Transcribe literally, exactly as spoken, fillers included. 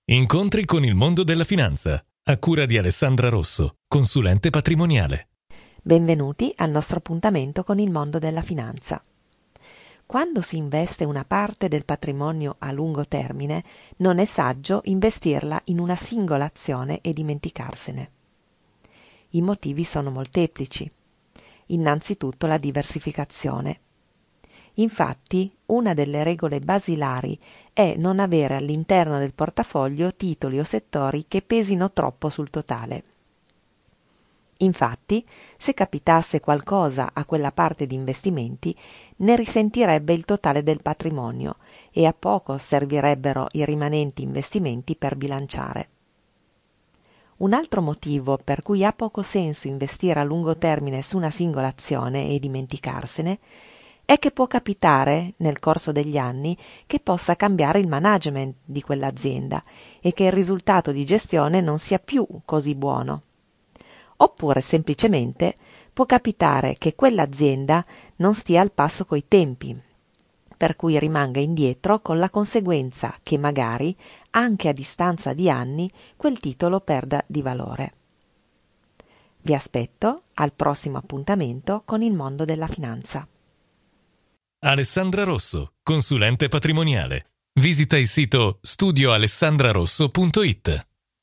Incontri con il mondo della finanza, a cura di Alessandra Rosso, consulente patrimoniale. Benvenuti al nostro appuntamento con il mondo della finanza. Quando si investe una parte del patrimonio a lungo termine, non è saggio investirla in una singola azione e dimenticarsene. I motivi sono molteplici. Innanzitutto la diversificazione. Infatti, una delle regole basilari è non avere all'interno del portafoglio titoli o settori che pesino troppo sul totale. Infatti, se capitasse qualcosa a quella parte di investimenti, ne risentirebbe il totale del patrimonio e a poco servirebbero i rimanenti investimenti per bilanciare. Un altro motivo per cui ha poco senso investire a lungo termine su una singola azione e dimenticarsene è che può capitare, nel corso degli anni, che possa cambiare il management di quell'azienda e che il risultato di gestione non sia più così buono. Oppure semplicemente può capitare che quell'azienda non stia al passo coi tempi, per cui rimanga indietro, con la conseguenza che magari, anche a distanza di anni, quel titolo perda di valore. Vi aspetto al prossimo appuntamento con il mondo della finanza. Alessandra Rosso, consulente patrimoniale. Visita il sito studio alessandra rosso punto it.